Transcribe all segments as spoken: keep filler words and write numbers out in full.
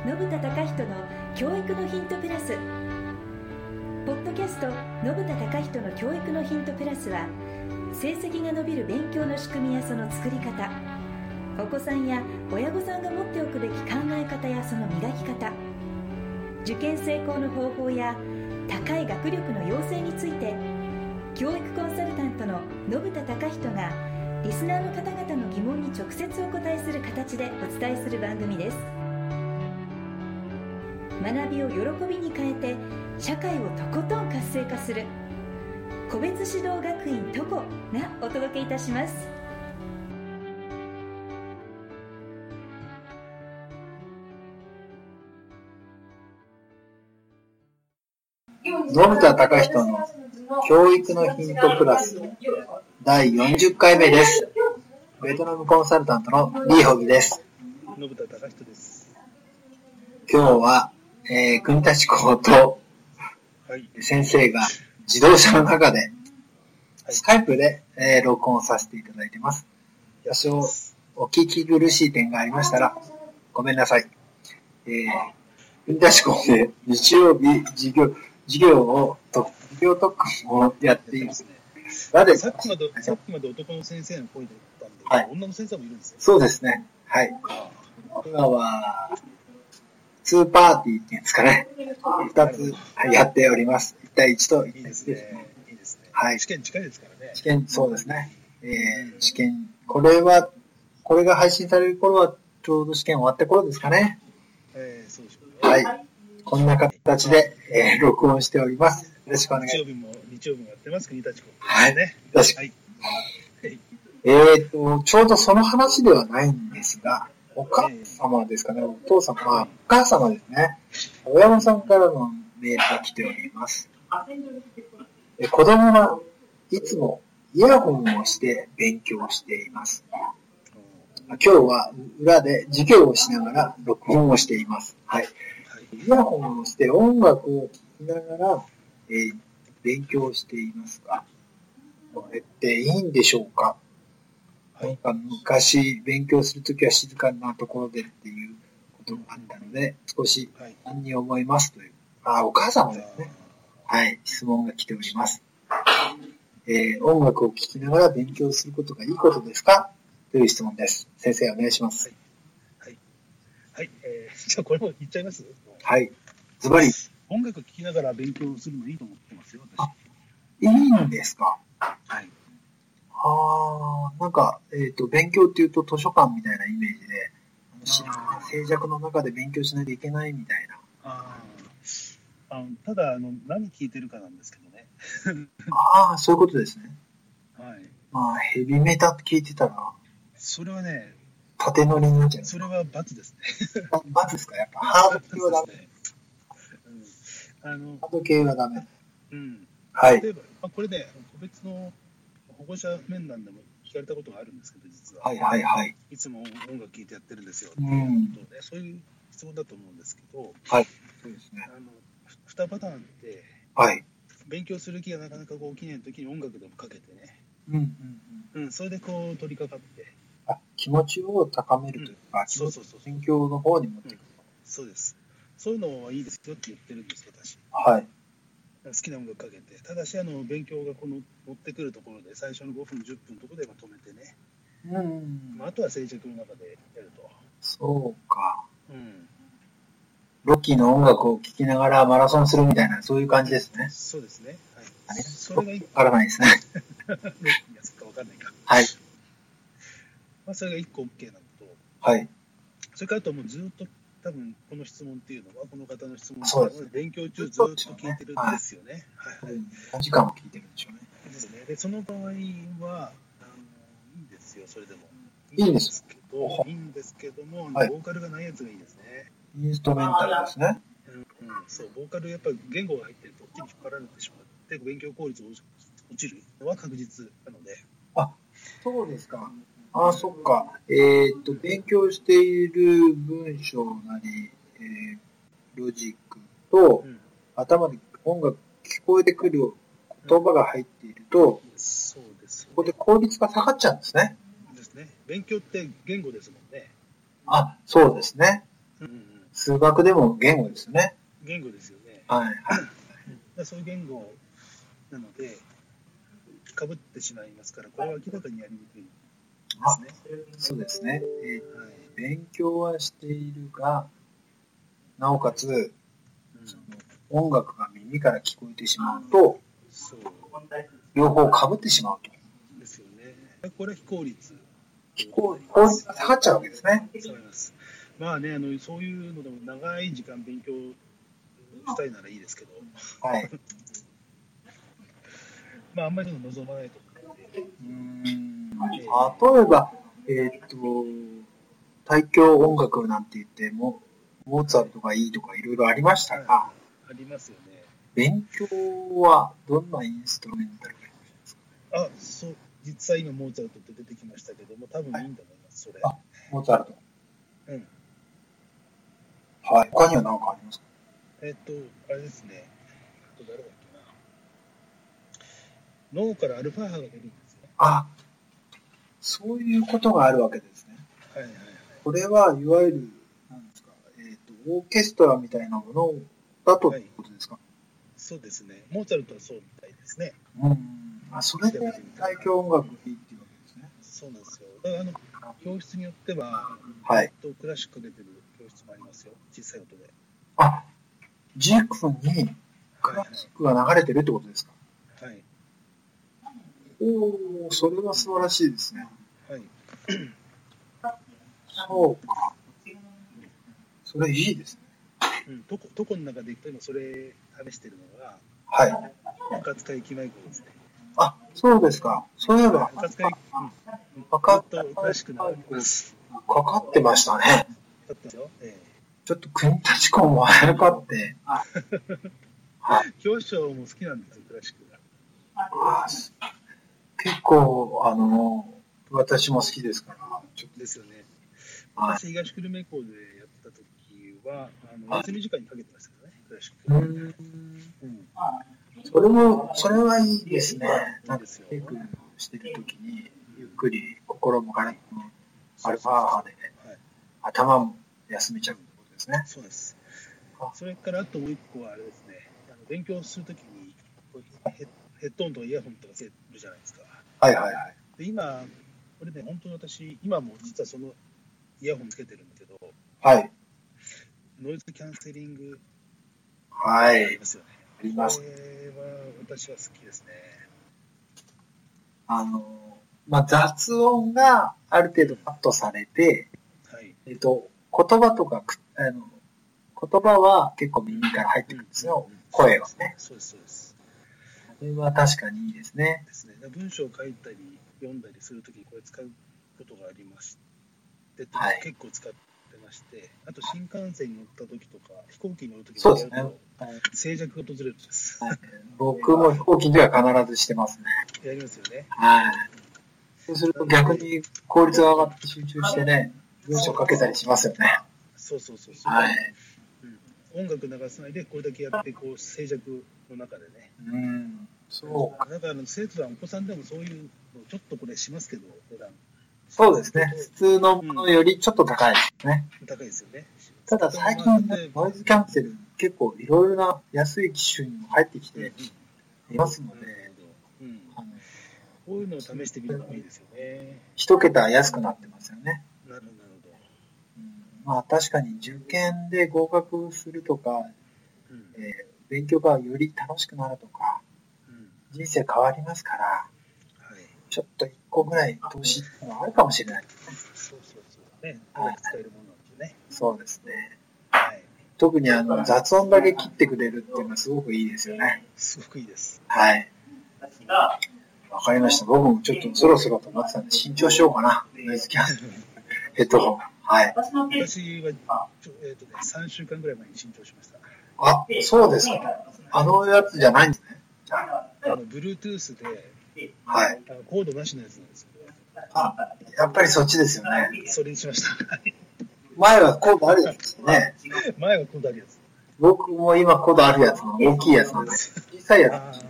信田貴人の教育のヒントプラス。ポッドキャスト信田貴人の教育のヒントプラスは、成績が伸びる勉強の仕組みやその作り方、お子さんや親御さんが持っておくべき考え方やその磨き方、受験成功の方法や高い学力の養成について、教育コンサルタントの信田貴人がリスナーの方々の疑問に直接お答えする形でお伝えする番組です。学びを喜びに変えて社会をとことん活性化する個別指導学院トコがお届けいたします。 信田貴人の教育のヒントプラスだいよんじゅっかいめです。ベトナムコンサルタントのリーホギです。 信田貴人です。 今日は、えー、国立高と先生が自動車の中でスカイプで、えー、録音させていただいています。多少お聞き苦しい点がありましたらごめんなさい。えー、国立高で日曜日授業授業を授業特訓をやっている。 さっきまでさっきまで男の先生の声だったんで、はい、女の先生もいるんですよ。 そうですね。はい。今はツーパーティーっていうんですかね。二つやっております。一対一と一対一ですね。 いいですね。 はい。 試験近いですからね。 試験そうですね。えー、試験これはこれが配信される頃はちょうど試験終わった頃ですかね。 えー、そうでしょうね。 はい。こんな形で、えー、録音しております。よろしくお願いします。 日曜日も日曜日もやってます国立高、ね。 はい。確かに。 はい。 えっとちょうどその話ではないんですが、お母様ですかね、お父様、まあ、お母様ですね。親御さんからのメールが来ております。え子供はいつもイヤホンをして勉強しています。今日は裏で授業をしながら録音をしています。はい。イヤホンをして音楽を聴きながら、えー、勉強していますが、これっていいんでしょうか？はい、なんか昔勉強するときは静かなところでっていうことがあったので、少し不安に思いますという、あ、お母様ですね。はい、質問が来ております。えー、音楽を聴きながら勉強することがいいことですか？という質問です。先生お願いします。 はい。はい。はい、えー、じゃあこれも言っちゃいます？ はい。ズバリ。 音楽聴きながら勉強するのいいと思ってますよ、私。 あ、いいんですか？ はい。 ああ、なんか、えっと、勉強っていうと図書館みたいなイメージで、静寂の中で勉強しないといけないみたいな。 ああのただあの、何聞いてるかなんですけどね。 ああ、そういうことですね。 はい。 まあ、ヘビメタって聞いてたら、 それはね、 縦乗りになっちゃう。 それは罰ですね。 罰ですか？やっぱハード系はダメ。 うん、あのハード系はダメ。 うん。 はい。 例えば、まあ、これね、個別の保護者面談でも聞かれたことがあるんですけど、実は。 はいはいはい。 いつも音楽聴いてやってるんですよ。 うん。 ね、そういう質問だと思うんですけど、 はい。そうですね。 あのにパターンって、 はい。 勉強する気がなかなかこう起きないときに音楽でもかけてね。 うんうんうん。 うん、それでこう取り掛かって。 あ、気持ちを高めるというか、うん、 そうそうそうそう。 勉強の方に持っていく、うん。 そうです。そういうのはいいですよって言ってるんです、私。 はい。 好きな音楽かけて、ただしあの勉強がこの持ってくるところで最初のごふんじゅっぷんのところでまとめてね、 うん、 まあ、あとは静寂の中でやると。 そうか、 うん、 ロッキーの音楽を聴きながらマラソンするみたいな、そういう感じですね。 そうですね、はい、 あれそれがいいわからないですね。 ロッキーがそっかわかんないか。 はい、 まあ、それがいっこ OK なのと、 はい、 それからあともうずっと多分この質問っていうのはこの方の質問そうです、ね、 勉強中ずっと聞いてるんですよね。 はいはい、何時間も聞いてるんでしょうね。 ですね。でその場合はあのいいんですよ、それでも。 いいんですけど、いいんですけども、はい、ボーカルがないやつがいいですね。 インストルメンタルですね。 うん、うん、そう、ボーカルやっぱり言語が入ってるとこっちに引っ張られてしまって勉強効率が落ちるのは確実なので。 あ、そうですか。あ、そっか。えー、っと、勉強している文章なり、えー、ロジックと、うん、頭で音楽聞こえてくる言葉が入っていると、 うん、そうです、ね。 ここで効率が下がっちゃうんですね。 ですね。勉強って言語ですもんね。 あ、そうですね。 うんうん、 数学でも言語ですよね。 言語ですよね。 はい。 そういう言語なので、かぶってしまいますから、これは明らかにやりにくいですね。 そうですね。えーはい、勉強はしているが、なおかつ、うん、その音楽が耳から聞こえてしまうと、そう両方かぶってしまうと。 ですよね。これは非効率。 非効率が下がっちゃうわけですね。 そうです。まあね、あのそういうのでも長い時間勉強したいならいいですけど、 はい。 まああんまりでも望まないと思うので。うーん。 例えば、えっと、大教音楽なんて言っても、モーツァルトがいいとかいろいろありましたが、 はい、ありますよね。 勉強はどんなインストルメンタルがいいですか？ あ、そう、実際今モーツァルトって出てきましたけども、多分いいんだと思います、はい、それ。 あ、モーツァルト。 うん。 はい。他には何かありますか？ えっと、あれですね。あと誰だっけな。脳からアルファ波が出るんですね。 あ、そういうことがあるわけですね。 はいはいはい。 これはいわゆる、なんですか、えっと、オーケストラみたいなものだということですか？はい、 そうですね。モーツァルトはそうみたいですね。 うん。あ、それで大教音楽いいっていうわけですね。 そうなんですよ。だからあの教室によっては、 はい。 えっと、クラシック出てる教室もありますよ。小さい音で。 あ、塾にクラシックが流れてるってことですか？ はい。 おお、それは素晴らしいですね。 はい。 そうか。それいいですね。 うん。とこ、とこの中でいくと今それ試してるのが、 はい。 赤塚駅前校ですね。 あ、そうですか。そういえば、 赤塚駅、うん。 かかっクラシック流れてます。 かかってましたね。 かかってますよ。ええ。 ちょっと国立校もあやかって。 はい。教師長も好きなんですよ、クラシックが。 あ、結構、あの、私も好きですから。 ちょっとですよね。私、東久留米校でやった時は、あの休み時間にかけてましたからね、クラシック。うん。うん。 それも、それはいいですね。なんか、テイクしてる時に、ゆっくり心も体もアルファ波で、はい、頭も休めちゃうってことですね。 そうです。それからあともう一個はあれですね、あの勉強するときにヘッ、ヘッドホンとかイヤホンとかつけるじゃないですか。 はいはいはい。 で今、これね、本当に私、今も実はそのイヤホンつけてるんだけど、 はい。 ノイズキャンセリングはい。 ありますよね。 あります。 これは私は好きですね。 あの、まあ、雑音がある程度カットされて、はい、えっと、言葉とか、あの、言葉は結構耳から入ってくるんですよ。うんうんうん、声はね。 そうです、そうです。 それは確かにいいですね。 ですね。文章を書いたり読んだりするときにこれ使うことがありまして、はい、結構使ってまして、あと新幹線に乗ったときとか、飛行機に乗るときにやると、静寂が訪れるんです。 はい、僕も飛行機では必ずしてますね。 やりますよね。 はい。そうすると逆に効率が上がって集中してね、文章書けたりしますよね。 そうそうそうそう。 はい。 うん、音楽流さないでこれだけやってこう静寂の中でね。 うん。そうか。 だから生徒さんお子さんでもそういうのちょっとこれしますけど普段。 そうですね。普通のものよりちょっと高いですね。 うん、高いですよね。 ただ最近ね、ノイズキャンセル結構いろいろな安い機種にも入ってきていますので、 うんうん、あのこういうのを試してみるのもいいですよね。 一桁安くなってますよね。 なるほど、なるほど。 うん、まあ確かに受験で合格するとか、うんえー、勉強がより楽しくなるとか、うん、人生変わりますから、はい、ちょっと一個ぐらい投資ってのはあるかもしれないですね。 そうそうそうね。はい、使えるものなんですね。 そうですね。はい。特にあの雑音だけ切ってくれるっていうのはすごくいいですよね。 すごくいいです。 はい。わかりました。僕もちょっとそろそろと思ってたんで新調しようかな。ノイズキャンセルヘッドホン。はい。 私は、えーとね、さんしゅうかんぐらい前に新調しました。 あ、そうですか。あのやつじゃないんですね。 あの Bluetooth で、 はい、 あのコードなしのやつなんですよ。 あ、やっぱりそっちですよね。 それにしました。 前はコードあるやつですね。 前はコードあるやつ。 僕も今コードあるやつの大きいやつなんです。小さいやつ。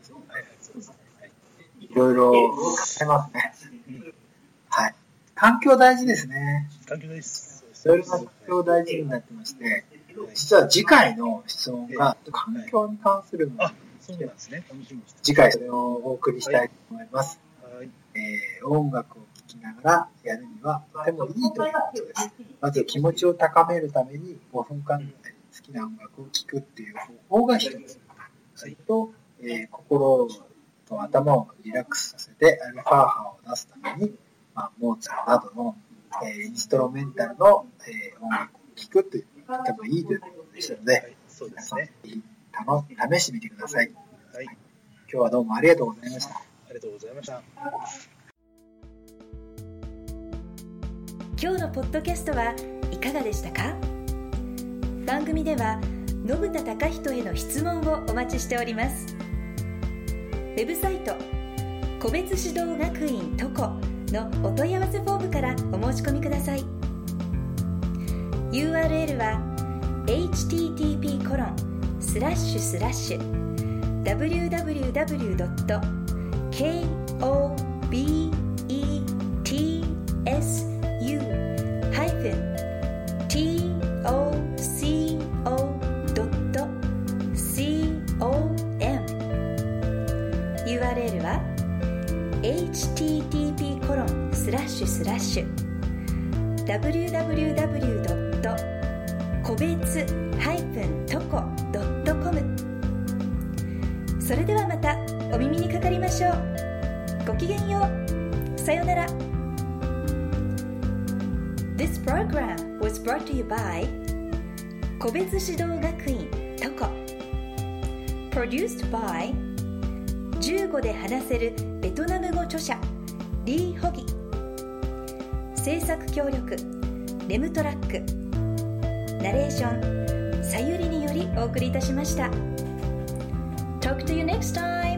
いろいろ使えますね。はい。環境大事ですね。 環境大事です。 いろいろな環境を大事になってまして、実は次回の質問が環境に関するので、 あ、そうなんですね。楽しみにして次回それをお送りしたいと思います。 はい。 えー、音楽を聴きながらやるにはとてもいいということです。まず気持ちを高めるためにごふんかん好きな音楽を聴くっていう方法が一つ。それと、えー、心と頭をリラックスさせてアルファ波を出すために、まあ、モーツァルトなどの、えー、インストロメンタルの、えー、音楽を聴くというとてもいいということでしたので、はい、 そうですね。 試してみてください。 はい。 今日はどうもありがとうございました。ありがとうございました。 今日のポッドキャストはいかがでしたか？番組では信田貴人への質問をお待ちしております。ウェブサイト個別指導学院トコのお問い合わせフォームからお申し込みください。 ユーアールエル は エイチティーティーピーコロンスラッシュスラッシュダブリューダブリューダブリュードットケーオービーイーティーエスユーハイフンティーオーシーオードットコム ユーアールエル は エイチティーティーピーコロンスラッシュスラッシュダブリューダブリューダブリュードット個別ハイフントコドットコム。それではまたお耳にかかりましょう。ごきげんよう。さようなら。This program was brought to you by 個別指導学院トコ Produced by じゅうごで話せるベトナム語著者リー・ホギ。制作協力レムトラック。ナレーションさゆりによりお送りいたしました。Talk to you next time!